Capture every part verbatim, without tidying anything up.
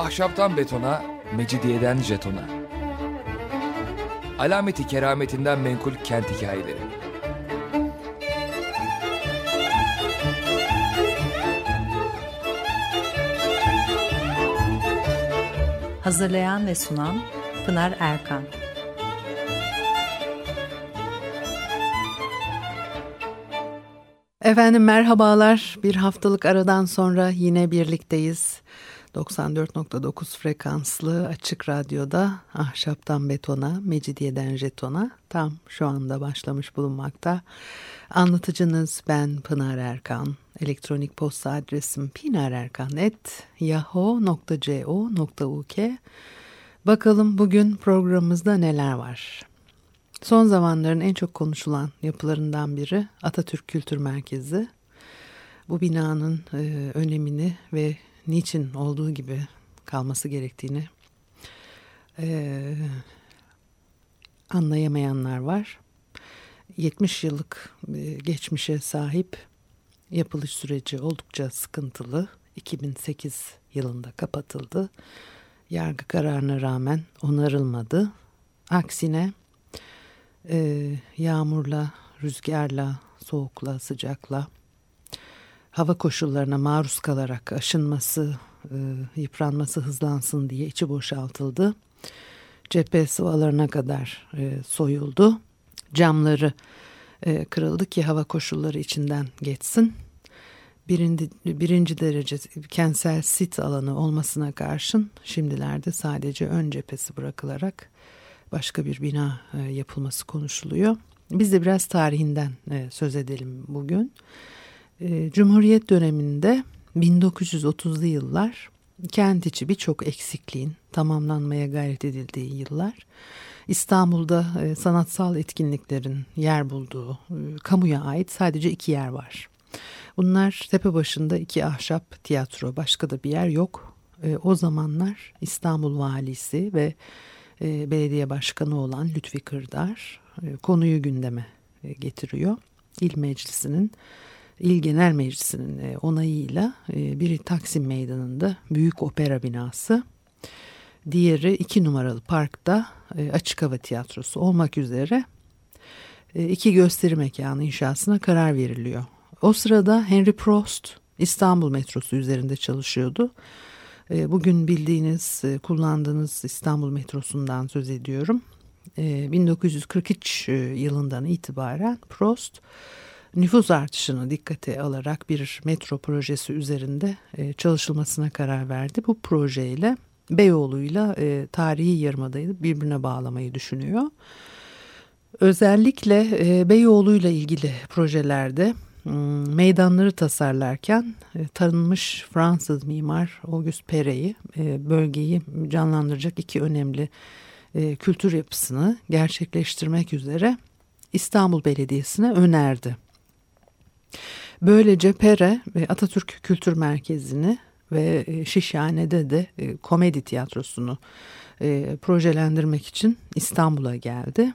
Ahşaptan betona, mecidiyeden jetona. Alameti kerametinden menkul kent hikayeleri. Hazırlayan ve sunan Pınar Erkan. Efendim merhabalar. Bir haftalık aradan sonra yine birlikteyiz. doksan dört nokta dokuz frekanslı Açık Radyo'da Ahşaptan Betona, Mecidiyeden Jeton'a tam şu anda başlamış bulunmakta. Anlatıcınız ben Pınar Erkan. Elektronik posta adresim pinarerkan at yahoo nokta co nokta uk. Bakalım bugün programımızda neler var? Son zamanların en çok konuşulan yapılarından biri Atatürk Kültür Merkezi. Bu binanın e, önemini ve niçin olduğu gibi kalması gerektiğini e, anlayamayanlar var. yetmiş yıllık e, geçmişe sahip, yapılış süreci oldukça sıkıntılı. iki bin sekiz yılında kapatıldı. Yargı kararına rağmen onarılmadı. Aksine e, yağmurla, rüzgarla, soğukla, sıcakla, hava koşullarına maruz kalarak aşınması, e, yıpranması hızlansın diye içi boşaltıldı. Cephe sıvalarına kadar e, soyuldu. Camları e, kırıldı ki hava koşulları içinden geçsin. Birinci, birinci derece kentsel sit alanı olmasına karşın şimdilerde sadece ön cephesi bırakılarak başka bir bina e, yapılması konuşuluyor. Biz de biraz tarihinden e, söz edelim bugün. E, Cumhuriyet döneminde bin dokuz yüz otuzlu yıllar kent içi birçok eksikliğin tamamlanmaya gayret edildiği yıllar. İstanbul'da e, sanatsal etkinliklerin yer bulduğu e, kamuya ait sadece iki yer var. Bunlar Tepebaşı'nda iki ahşap tiyatro, başka da bir yer yok. E, o zamanlar İstanbul Valisi ve e, belediye başkanı olan Lütfi Kırdar e, konuyu gündeme e, getiriyor. İl Meclisi'nin, İl Genel Meclisi'nin e, onayıyla e, biri Taksim Meydanı'nda büyük opera binası, diğeri iki numaralı parkta e, açık hava tiyatrosu olmak üzere e, iki gösteri mekanı inşasına karar veriliyor. O sırada Henry Prost İstanbul metrosu üzerinde çalışıyordu. Bugün bildiğiniz, kullandığınız İstanbul metrosundan söz ediyorum. bin dokuz yüz kırk üç yılından itibaren Prost nüfus artışını dikkate alarak bir metro projesi üzerinde çalışılmasına karar verdi. Bu projeyle Beyoğlu'yla tarihi yarımadayı birbirine bağlamayı düşünüyor. Özellikle Beyoğlu'yla ilgili projelerde meydanları tasarlarken tanınmış Fransız mimar Auguste Perret'i bölgeyi canlandıracak iki önemli kültür yapısını gerçekleştirmek üzere İstanbul Belediyesi'ne önerdi. Böylece Perret Atatürk Kültür Merkezi'ni ve Şişhane'de de komedi tiyatrosunu projelendirmek için İstanbul'a geldi.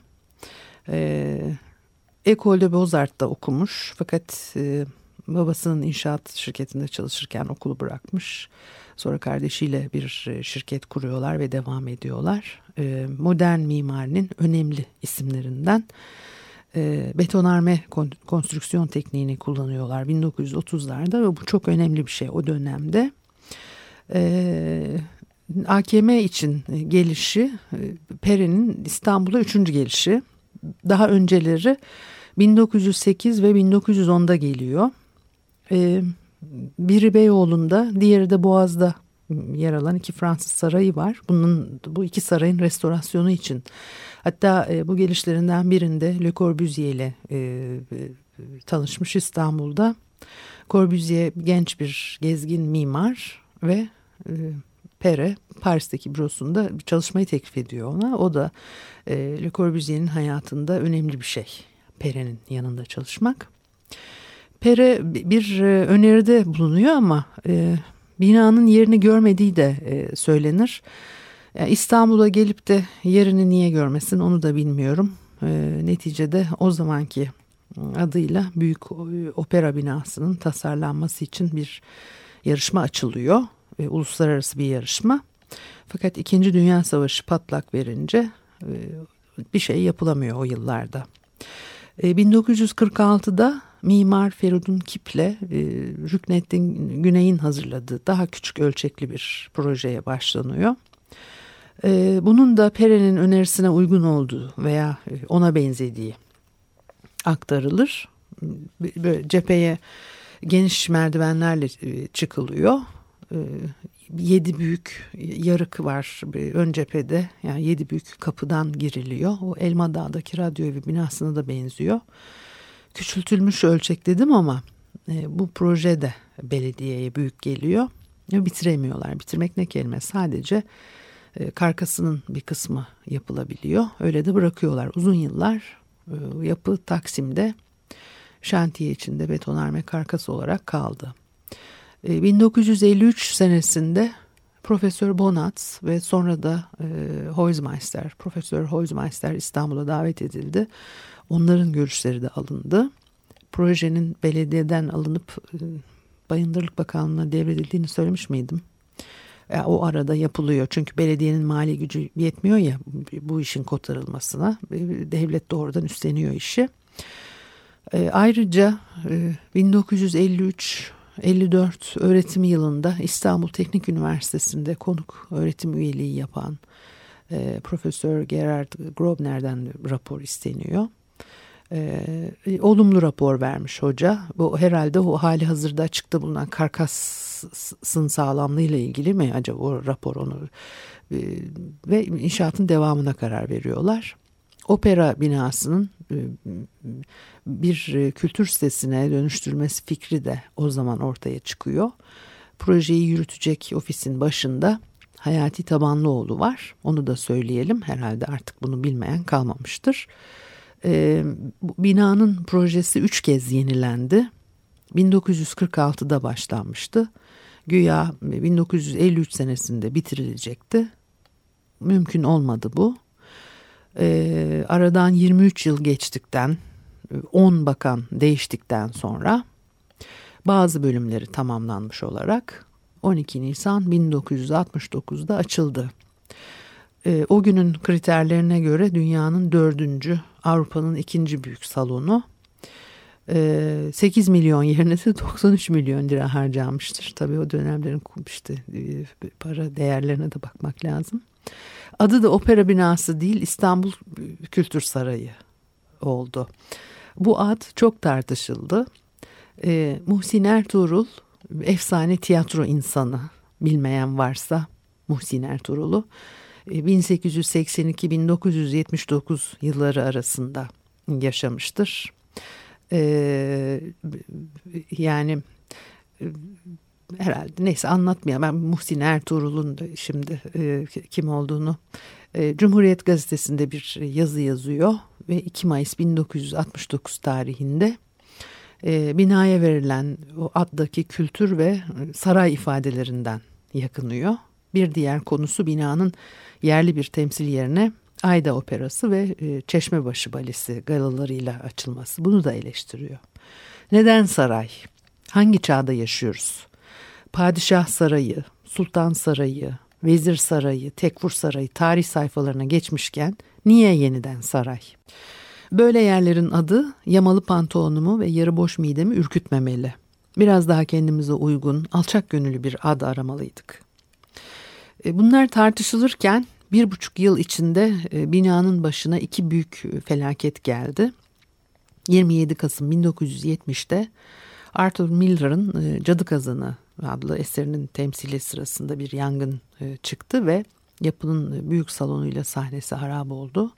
École de Beaux-Arts'ta okumuş fakat e, babasının inşaat şirketinde çalışırken okulu bırakmış. Sonra kardeşiyle bir e, şirket kuruyorlar ve devam ediyorlar. E, modern mimarinin önemli isimlerinden e, betonarme kon- konstrüksiyon tekniğini kullanıyorlar bin dokuz yüz otuzlarda ve bu çok önemli bir şey o dönemde. E, A K M için gelişi e, Perret'in İstanbul'a üçüncü gelişi. Daha önceleri bin dokuz yüz sekiz ve bin dokuz yüz onda geliyor. Ee, biri Beyoğlu'nda, diğeri de Boğaz'da yer alan iki Fransız sarayı var. Bunun bu iki sarayın restorasyonu için. Hatta e, bu gelişlerinden birinde Le Corbusier ile e, e, tanışmış İstanbul'da. Corbusier genç bir gezgin mimar ve e, Perret Paris'teki bürosunda bir çalışmayı teklif ediyor ona. O da e, Le Corbusier'in hayatında önemli bir şey. Perret'in yanında çalışmak. Perret bir e, öneride bulunuyor ama e, binanın yerini görmediği de e, söylenir. Yani İstanbul'a gelip de yerini niye görmesin onu da bilmiyorum. E, neticede o zamanki adıyla Büyük Opera Binası'nın tasarlanması için bir yarışma açılıyor. E, uluslararası bir yarışma. Fakat İkinci Dünya Savaşı patlak verince e, bir şey yapılamıyor o yıllarda. E, bin dokuz yüz kırk altıda mimar Feridun Kip'le e, Rükneddin Güney'in hazırladığı daha küçük ölçekli bir projeye başlanıyor. E, bunun da Pere'nin önerisine uygun olduğu veya ona benzediği aktarılır. Böyle cepheye geniş merdivenlerle çıkılıyor. Yedi büyük yarık var ön cephede, yani yedi büyük kapıdan giriliyor. O Elma Dağ'daki radyo evi binasına da benziyor. Küçültülmüş ölçek dedim ama bu proje de belediyeye büyük geliyor. Bitiremiyorlar. Bitirmek ne kelime, sadece karkasının bir kısmı yapılabiliyor. Öyle de bırakıyorlar. Uzun yıllar yapı Taksim'de şantiye içinde betonarme karkası olarak kaldı. bin dokuz yüz elli üç senesinde Profesör Bonatz ve sonra da e, Heusmeister, Profesör Heusmeister İstanbul'a davet edildi. Onların görüşleri de alındı. Projenin belediyeden alınıp e, Bayındırlık Bakanlığı'na devredildiğini söylemiş miydim? E, o arada yapılıyor. Çünkü belediyenin mali gücü yetmiyor ya bu işin kotarılmasına. E, devlet doğrudan üstleniyor işi. E, ayrıca e, bin dokuz yüz elli üç elli dört öğretim yılında İstanbul Teknik Üniversitesi'nde konuk öğretim üyeliği yapan e, Profesör Gerhard Grobner'den rapor isteniyor. E, olumlu rapor vermiş hoca. Bu herhalde o hali hazırda açıkta bulunan karkasın sağlamlığıyla ilgili mi acaba o rapor onu e, ve inşaatın devamına karar veriyorlar. Opera binasının bir kültür sitesine dönüştürülmesi fikri de o zaman ortaya çıkıyor. Projeyi yürütecek ofisin başında Hayati Tabanlıoğlu var. Onu da söyleyelim. Herhalde artık bunu bilmeyen kalmamıştır. Ee, binanın projesi üç kez yenilendi. bin dokuz yüz kırk altıda başlanmıştı. Güya bin dokuz yüz elli üç senesinde bitirilecekti. Mümkün olmadı bu. Ee, aradan yirmi üç yıl geçtikten, on bakan değiştikten sonra bazı bölümleri tamamlanmış olarak on iki Nisan bin dokuz yüz altmış dokuzda açıldı. Ee, o günün kriterlerine göre dünyanın dördüncü, Avrupa'nın ikinci büyük salonu. Ee, sekiz milyon yerine de doksan üç milyon lira harcanmıştır. Tabii o dönemlerin işte para değerlerine de bakmak lazım. Adı da opera binası değil, İstanbul Kültür Sarayı oldu. Bu ad çok tartışıldı. Ee, Muhsin Ertuğrul efsane tiyatro insanı, bilmeyen varsa Muhsin Ertuğrul'u e, bin sekiz yüz seksen iki bin dokuz yüz yetmiş dokuz yılları arasında yaşamıştır. Ee, yani herhalde neyse anlatmayayım. Ben Muhsin Ertuğrul'un da şimdi e, kim olduğunu e, Cumhuriyet Gazetesi'nde bir yazı yazıyor ve iki Mayıs bin dokuz yüz altmış dokuz tarihinde e, binaya verilen o addaki kültür ve saray ifadelerinden yakınıyor. Bir diğer konusu binanın yerli bir temsil yerine Ayda Operası ve e, Çeşmebaşı Balesi galalarıyla açılması. Bunu da eleştiriyor. Neden saray? Hangi çağda yaşıyoruz? Padişah Sarayı, Sultan Sarayı, Vezir Sarayı, Tekfur Sarayı tarih sayfalarına geçmişken niye yeniden saray? Böyle yerlerin adı yamalı pantolonumu ve yarı boş midemi ürkütmemeli. Biraz daha kendimize uygun, alçak gönüllü bir ad aramalıydık. Bunlar tartışılırken bir buçuk yıl içinde binanın başına iki büyük felaket geldi. yirmi yedi Kasım bin dokuz yüz yetmişte Arthur Miller'ın Cadı Kazanı adlı eserinin temsili sırasında bir yangın çıktı ve yapının büyük salonuyla sahnesi harap oldu.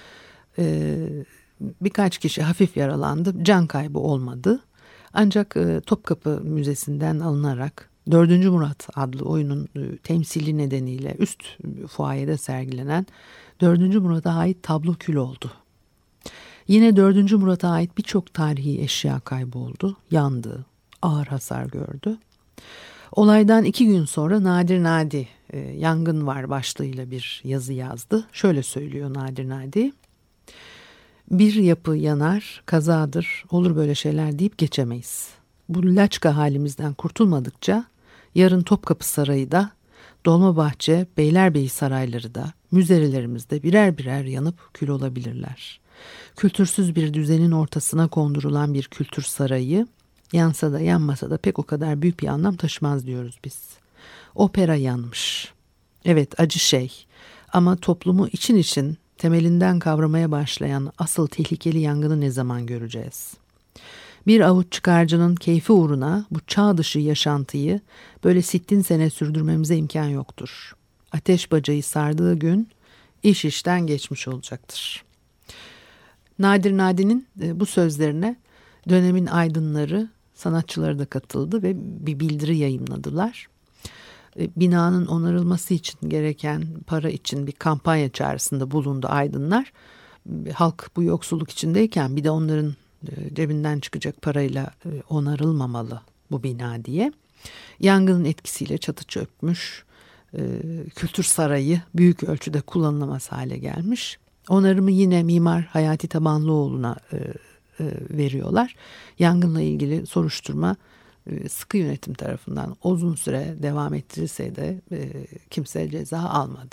Birkaç kişi hafif yaralandı, can kaybı olmadı. Ancak Topkapı Müzesi'nden alınarak dördüncü Murat adlı oyunun temsili nedeniyle üst fuayede sergilenen dördüncü Murat'a ait tablo kül oldu. Yine dördüncü Murat'a ait birçok tarihi eşya kayboldu, yandı, ağır hasar gördü. Olaydan iki gün sonra Nadir Nadi e, yangın var başlığıyla bir yazı yazdı. Şöyle söylüyor Nadir Nadi. Bir yapı yanar, kazadır, olur böyle şeyler deyip geçemeyiz. Bu laçka halimizden kurtulmadıkça yarın Topkapı Sarayı da Dolmabahçe, Beylerbeyi sarayları da müzelerimizde birer birer yanıp kül olabilirler. Kültürsüz bir düzenin ortasına kondurulan bir kültür sarayı yansa da yanmasa da pek o kadar büyük bir anlam taşımaz diyoruz biz. Opera yanmış. Evet, acı şey, ama toplumu için için temelinden kavramaya başlayan asıl tehlikeli yangını ne zaman göreceğiz? Bir avuç çıkarcının keyfi uğruna bu çağ dışı yaşantıyı böyle sittin sene sürdürmemize imkan yoktur. Ateş bacayı sardığı gün iş işten geçmiş olacaktır. Nadir Nadi'nin bu sözlerine dönemin aydınları, sanatçıları da katıldı ve bir bildiri yayımladılar. Binanın onarılması için gereken para için bir kampanya çağrısında bulundu aydınlar. Halk bu yoksulluk içindeyken bir de onların cebinden çıkacak parayla onarılmamalı bu bina diye. Yangının etkisiyle çatı çökmüş, kültür sarayı büyük ölçüde kullanılamaz hale gelmiş. Onarımı yine Mimar Hayati Tabanlıoğlu'na veriyorlar. Yangınla ilgili soruşturma sıkı yönetim tarafından uzun süre devam ettirilse de kimse ceza almadı.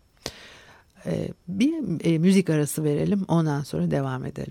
Bir müzik arası verelim, ondan sonra devam edelim.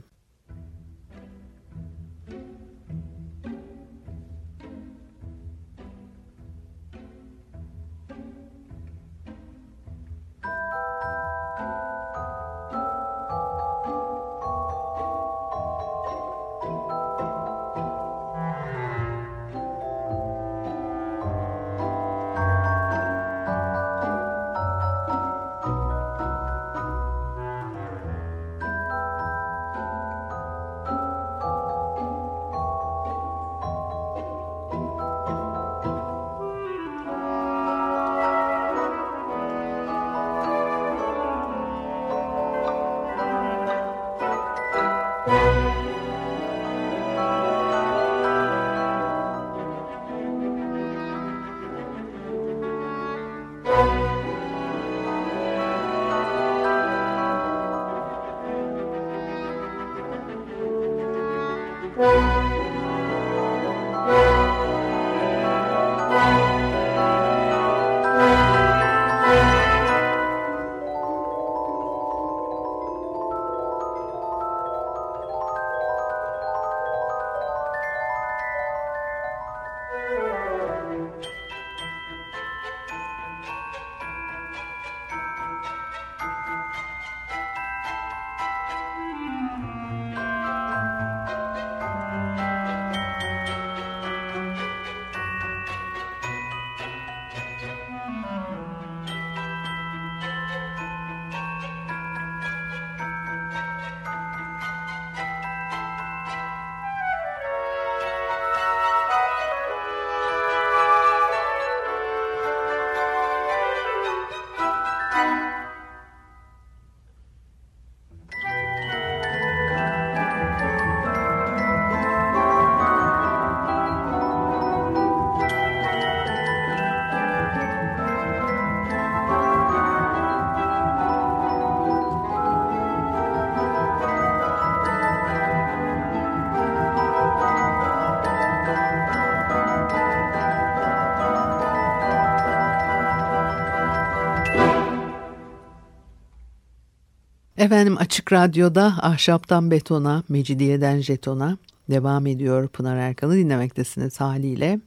Efendim, Açık Radyo'da Ahşaptan Betona, Mecidiyeden Jeton'a devam ediyor. Pınar Erkan'ı dinlemektesiniz haliyle.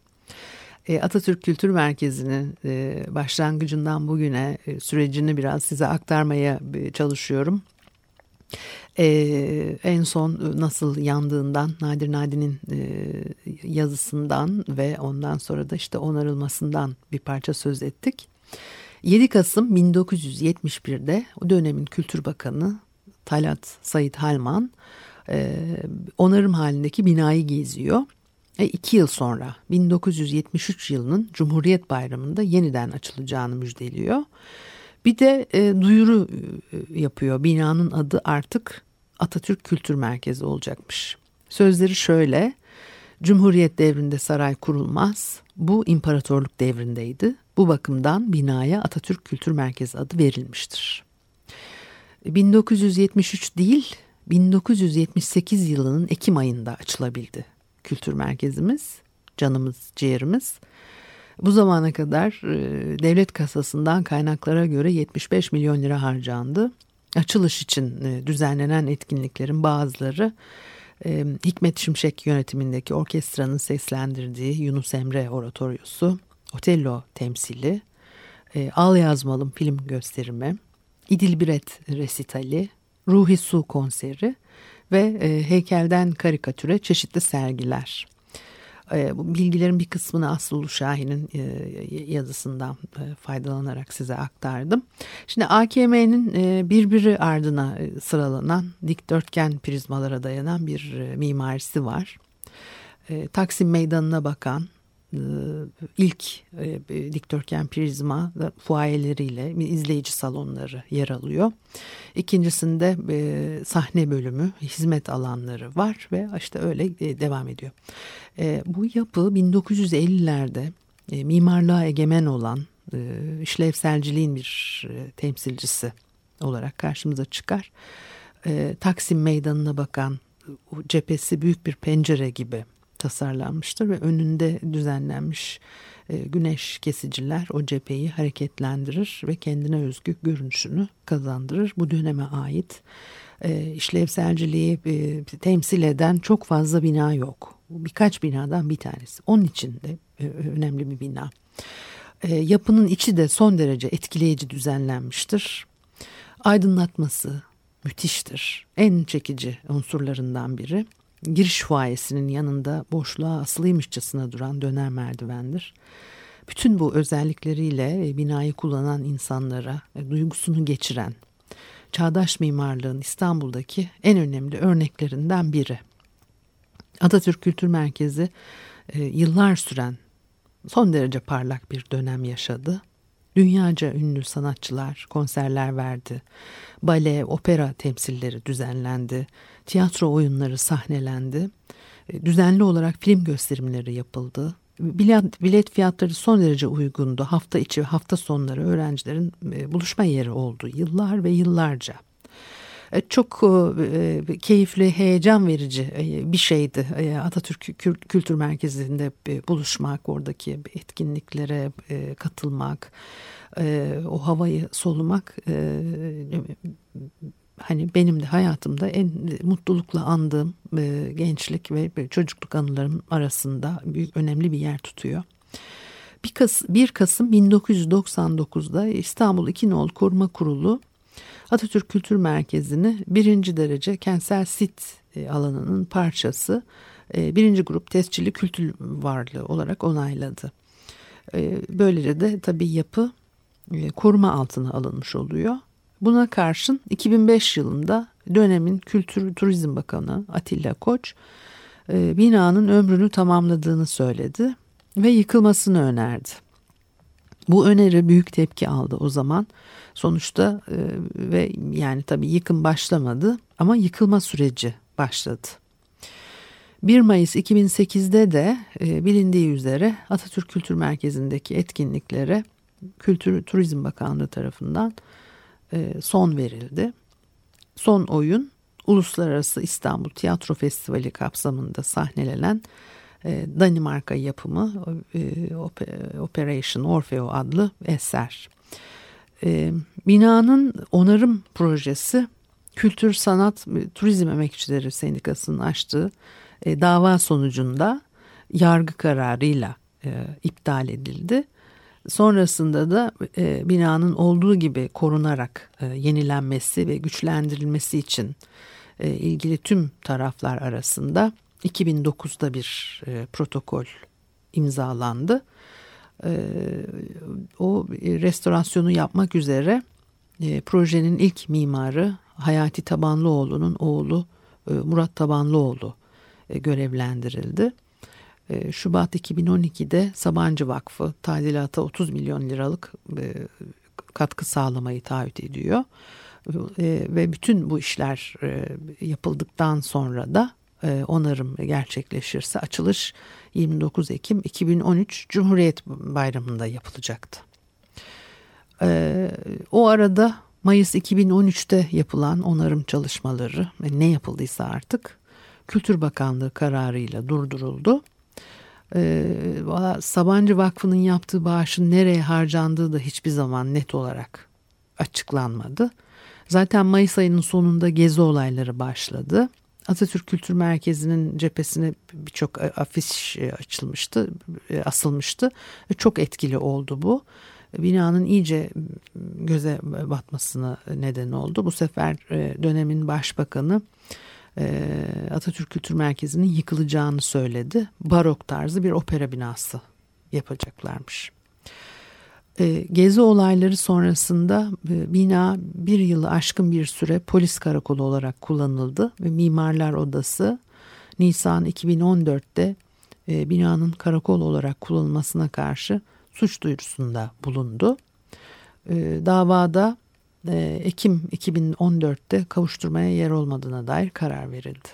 E, Atatürk Kültür Merkezi'nin e, başlangıcından bugüne e, sürecini biraz size aktarmaya e, çalışıyorum. E, en son nasıl yandığından, Nadir Nadi'nin e, yazısından ve ondan sonra da işte onarılmasından bir parça söz ettik. yedi Kasım bin dokuz yüz yetmiş bir'de o dönemin Kültür Bakanı Talat Said Halman e, onarım halindeki binayı geziyor. E, iki yıl sonra bin dokuz yüz yetmiş üç yılının Cumhuriyet Bayramı'nda yeniden açılacağını müjdeliyor. Bir de e, duyuru e, yapıyor. Binanın adı artık Atatürk Kültür Merkezi olacakmış. Sözleri şöyle: Cumhuriyet devrinde saray kurulmaz. Bu imparatorluk devrindeydi. Bu bakımdan binaya Atatürk Kültür Merkezi adı verilmiştir. bin dokuz yüz yetmiş üç değil, bin dokuz yüz yetmiş sekiz yılının Ekim ayında açılabildi kültür merkezimiz, canımız, ciğerimiz. Bu zamana kadar devlet kasasından kaynaklara göre yetmiş beş milyon lira harcandı. Açılış için düzenlenen etkinliklerin bazıları Hikmet Şimşek yönetimindeki orkestranın seslendirdiği Yunus Emre Oratoryosu, Otello temsili, Al Yazmalım film gösterimi, İdil Biret resitali, Ruhi Su konseri ve heykelden karikatüre çeşitli sergiler. Bu bilgilerin bir kısmını Aslı Ulu Şahin'in yazısından faydalanarak size aktardım. Şimdi A K M'nin birbiri ardına sıralanan dikdörtgen prizmalara dayanan bir mimarisi var. Taksim Meydanı'na bakan ilk dikdörtgen prizma fuayeleriyle izleyici salonları yer alıyor. İkincisinde sahne bölümü, hizmet alanları var ve işte öyle devam ediyor. Bu yapı bin dokuz yüz ellilerde mimarlığa egemen olan işlevselciliğin bir temsilcisi olarak karşımıza çıkar. Taksim Meydanı'na bakan cephesi büyük bir pencere gibi tasarlanmıştır ve önünde düzenlenmiş güneş kesiciler o cepheyi hareketlendirir ve kendine özgü görünüşünü kazandırır. Bu döneme ait işlevselciliği temsil eden çok fazla bina yok. Birkaç binadan bir tanesi. Onun için de önemli bir bina. Yapının içi de son derece etkileyici düzenlenmiştir. Aydınlatması müthiştir. En çekici unsurlarından biri. Giriş fuayesinin yanında boşluğa asılıymışçasına duran döner merdivendir. Bütün bu özellikleriyle binayı kullanan insanlara duygusunu geçiren çağdaş mimarlığın İstanbul'daki en önemli örneklerinden biri. Atatürk Kültür Merkezi yıllar süren son derece parlak bir dönem yaşadı. Dünyaca ünlü sanatçılar konserler verdi. Bale, opera temsilleri düzenlendi. Tiyatro oyunları sahnelendi. Düzenli olarak film gösterimleri yapıldı. Bilet, bilet fiyatları son derece uygundu. Hafta içi ve hafta sonları öğrencilerin buluşma yeri oldu. Yıllar ve yıllarca. Çok keyifli, heyecan verici bir şeydi Atatürk Kültür Merkezi'nde buluşmak, oradaki etkinliklere katılmak, o havayı solumak. Hani benim de hayatımda en mutlulukla andığım gençlik ve çocukluk anılarım arasında büyük önemli bir yer tutuyor. bir Kasım bin dokuz yüz doksan dokuzda İstanbul İki Nolu Koruma Kurulu Atatürk Kültür Merkezi'ni birinci derece kentsel sit alanının parçası, birinci grup tescilli kültür varlığı olarak onayladı. Böylece de tabii yapı koruma altına alınmış oluyor. Buna karşın iki bin beş yılında dönemin Kültür Turizm Bakanı Atilla Koç binanın ömrünü tamamladığını söyledi ve yıkılmasını önerdi. Bu öneri büyük tepki aldı o zaman. Sonuçta e, ve yani tabii yıkım başlamadı ama yıkılma süreci başladı. bir Mayıs iki bin sekizde de e, bilindiği üzere Atatürk Kültür Merkezi'ndeki etkinliklere Kültür Turizm Bakanlığı tarafından e, son verildi. Son oyun Uluslararası İstanbul Tiyatro Festivali kapsamında sahnelenen e, Danimarka yapımı e, Operation Orfeo adlı eser. E, binanın onarım projesi Kültür Sanat Turizm Emekçileri Sendikası'nın açtığı e, dava sonucunda yargı kararıyla e, iptal edildi. Sonrasında da e, binanın olduğu gibi korunarak e, yenilenmesi ve güçlendirilmesi için e, ilgili tüm taraflar arasında iki bin dokuzda bir e, protokol imzalandı. E, o restorasyonu yapmak üzere e, projenin ilk mimarı Hayati Tabanlıoğlu'nun oğlu e, Murat Tabanlıoğlu e, görevlendirildi. E, Şubat iki bin on ikide Sabancı Vakfı tadilata otuz milyon liralık e, katkı sağlamayı taahhüt ediyor. E, ve bütün bu işler e, yapıldıktan sonra da e, onarım gerçekleşirse açılış yirmi dokuz Ekim iki bin on üç Cumhuriyet Bayramı'nda yapılacaktı. E, o arada Mayıs iki bin on üçte yapılan onarım çalışmaları ve ne yapıldıysa artık Kültür Bakanlığı kararıyla durduruldu. Ee, Sabancı Vakfı'nın yaptığı bağışın nereye harcandığı da hiçbir zaman net olarak açıklanmadı. Zaten Mayıs ayının sonunda gezi olayları başladı. Atatürk Kültür Merkezi'nin cephesine birçok afiş açılmıştı, asılmıştı. Çok etkili oldu bu. Binanın iyice göze batmasına neden oldu. Bu sefer dönemin başbakanı Atatürk Kültür Merkezi'nin yıkılacağını söyledi. Barok tarzı bir opera binası yapacaklarmış. Gezi olayları sonrasında bina bir yılı aşkın bir süre polis karakolu olarak kullanıldı ve Mimarlar Odası Nisan iki bin on dörtte binanın karakol olarak kullanılmasına karşı suç duyurusunda bulundu. Davada Ekim iki bin on dörtte kavuşturmaya yer olmadığına dair karar verildi.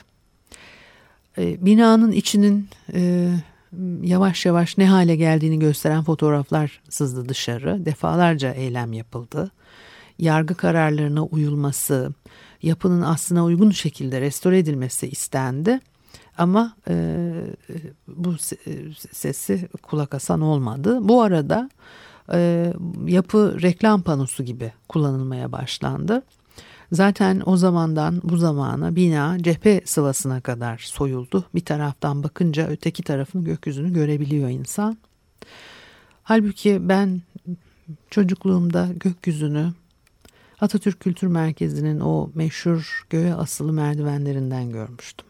Binanın içinin yavaş yavaş ne hale geldiğini gösteren fotoğraflar sızdı dışarı. Defalarca eylem yapıldı. Yargı kararlarına uyulması, yapının aslına uygun şekilde restore edilmesi istendi. Ama e, bu sesi kulak asan olmadı. Bu arada e, yapı reklam panosu gibi kullanılmaya başlandı. Zaten o zamandan bu zamana bina cephe sıvasına kadar soyuldu. Bir taraftan bakınca öteki tarafın gökyüzünü görebiliyor insan. Halbuki ben çocukluğumda gökyüzünü Atatürk Kültür Merkezi'nin o meşhur göğe asılı merdivenlerinden görmüştüm.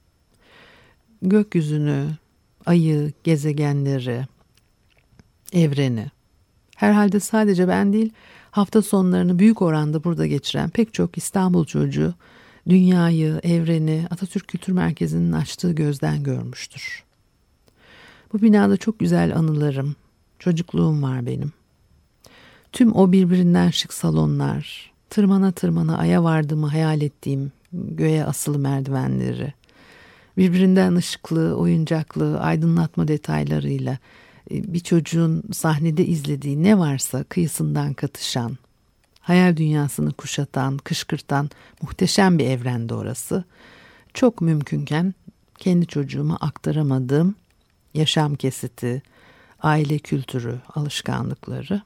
Gökyüzünü, ayı, gezegenleri, evreni, herhalde sadece ben değil, hafta sonlarını büyük oranda burada geçiren pek çok İstanbul çocuğu dünyayı, evreni Atatürk Kültür Merkezi'nin açtığı gözden görmüştür. Bu binada çok güzel anılarım, çocukluğum var benim. Tüm o birbirinden şık salonlar, tırmana tırmana aya vardığımı hayal ettiğim göğe asılı merdivenleri, birbirinden ışıklı, oyuncaklı, aydınlatma detaylarıyla bir çocuğun sahnede izlediği ne varsa kıyısından katışan, hayal dünyasını kuşatan, kışkırtan muhteşem bir evrendi orası. Çok mümkünken kendi çocuğuma aktaramadığım yaşam kesiti, aile kültürü, alışkanlıkları.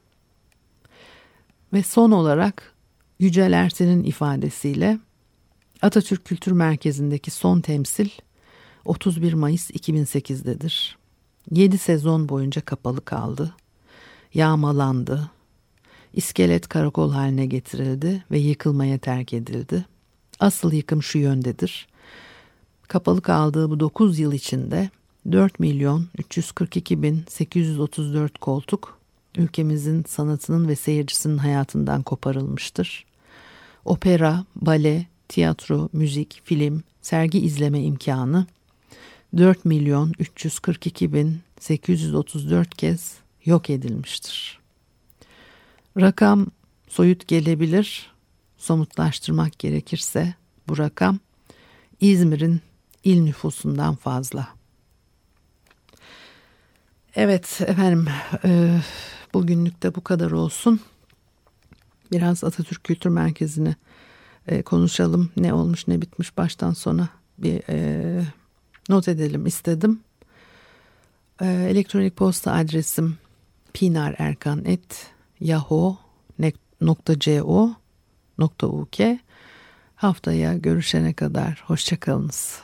Ve son olarak Yücel Ersen'in ifadesiyle Atatürk Kültür Merkezi'ndeki son temsil otuz bir Mayıs iki bin sekiz'dedir. Yedi sezon boyunca kapalı kaldı, yağmalandı, iskelet karakol haline getirildi ve yıkılmaya terk edildi. Asıl yıkım şu yöndedir: kapalı kaldığı bu dokuz yıl içinde dört milyon üç yüz kırk iki bin sekiz yüz otuz dört koltuk ülkemizin sanatının ve seyircisinin hayatından koparılmıştır. Opera, bale, tiyatro, müzik, film, sergi izleme imkanı dört milyon üç yüz kırk iki bin sekiz yüz otuz dört kez yok edilmiştir. Rakam soyut gelebilir, somutlaştırmak gerekirse bu rakam İzmir'in il nüfusundan fazla. Evet efendim, e, bugünlük de bu kadar olsun. Biraz Atatürk Kültür Merkezi'ni e, konuşalım. Ne olmuş ne bitmiş baştan sona bir e, not edelim istedim. E, elektronik posta adresim pinarerkan at yahoo nokta co nokta uk. Haftaya görüşene kadar hoşçakalınız.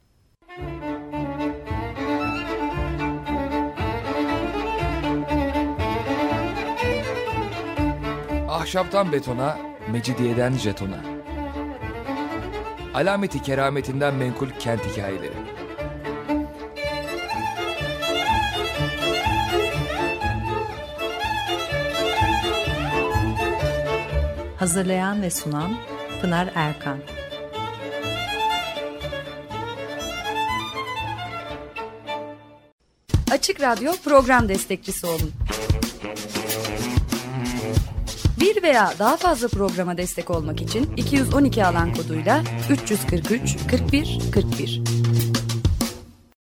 Ahşaptan betona, mecidiyeden jetona. Alameti kerametinden menkul kent hikayeleri. Hazırlayan ve sunan Pınar Erkan. Açık Radyo program destekçisi olun. Bir veya daha fazla programa destek olmak için iki yüz on iki alan koduyla üç yüz kırk üç kırk bir kırk bir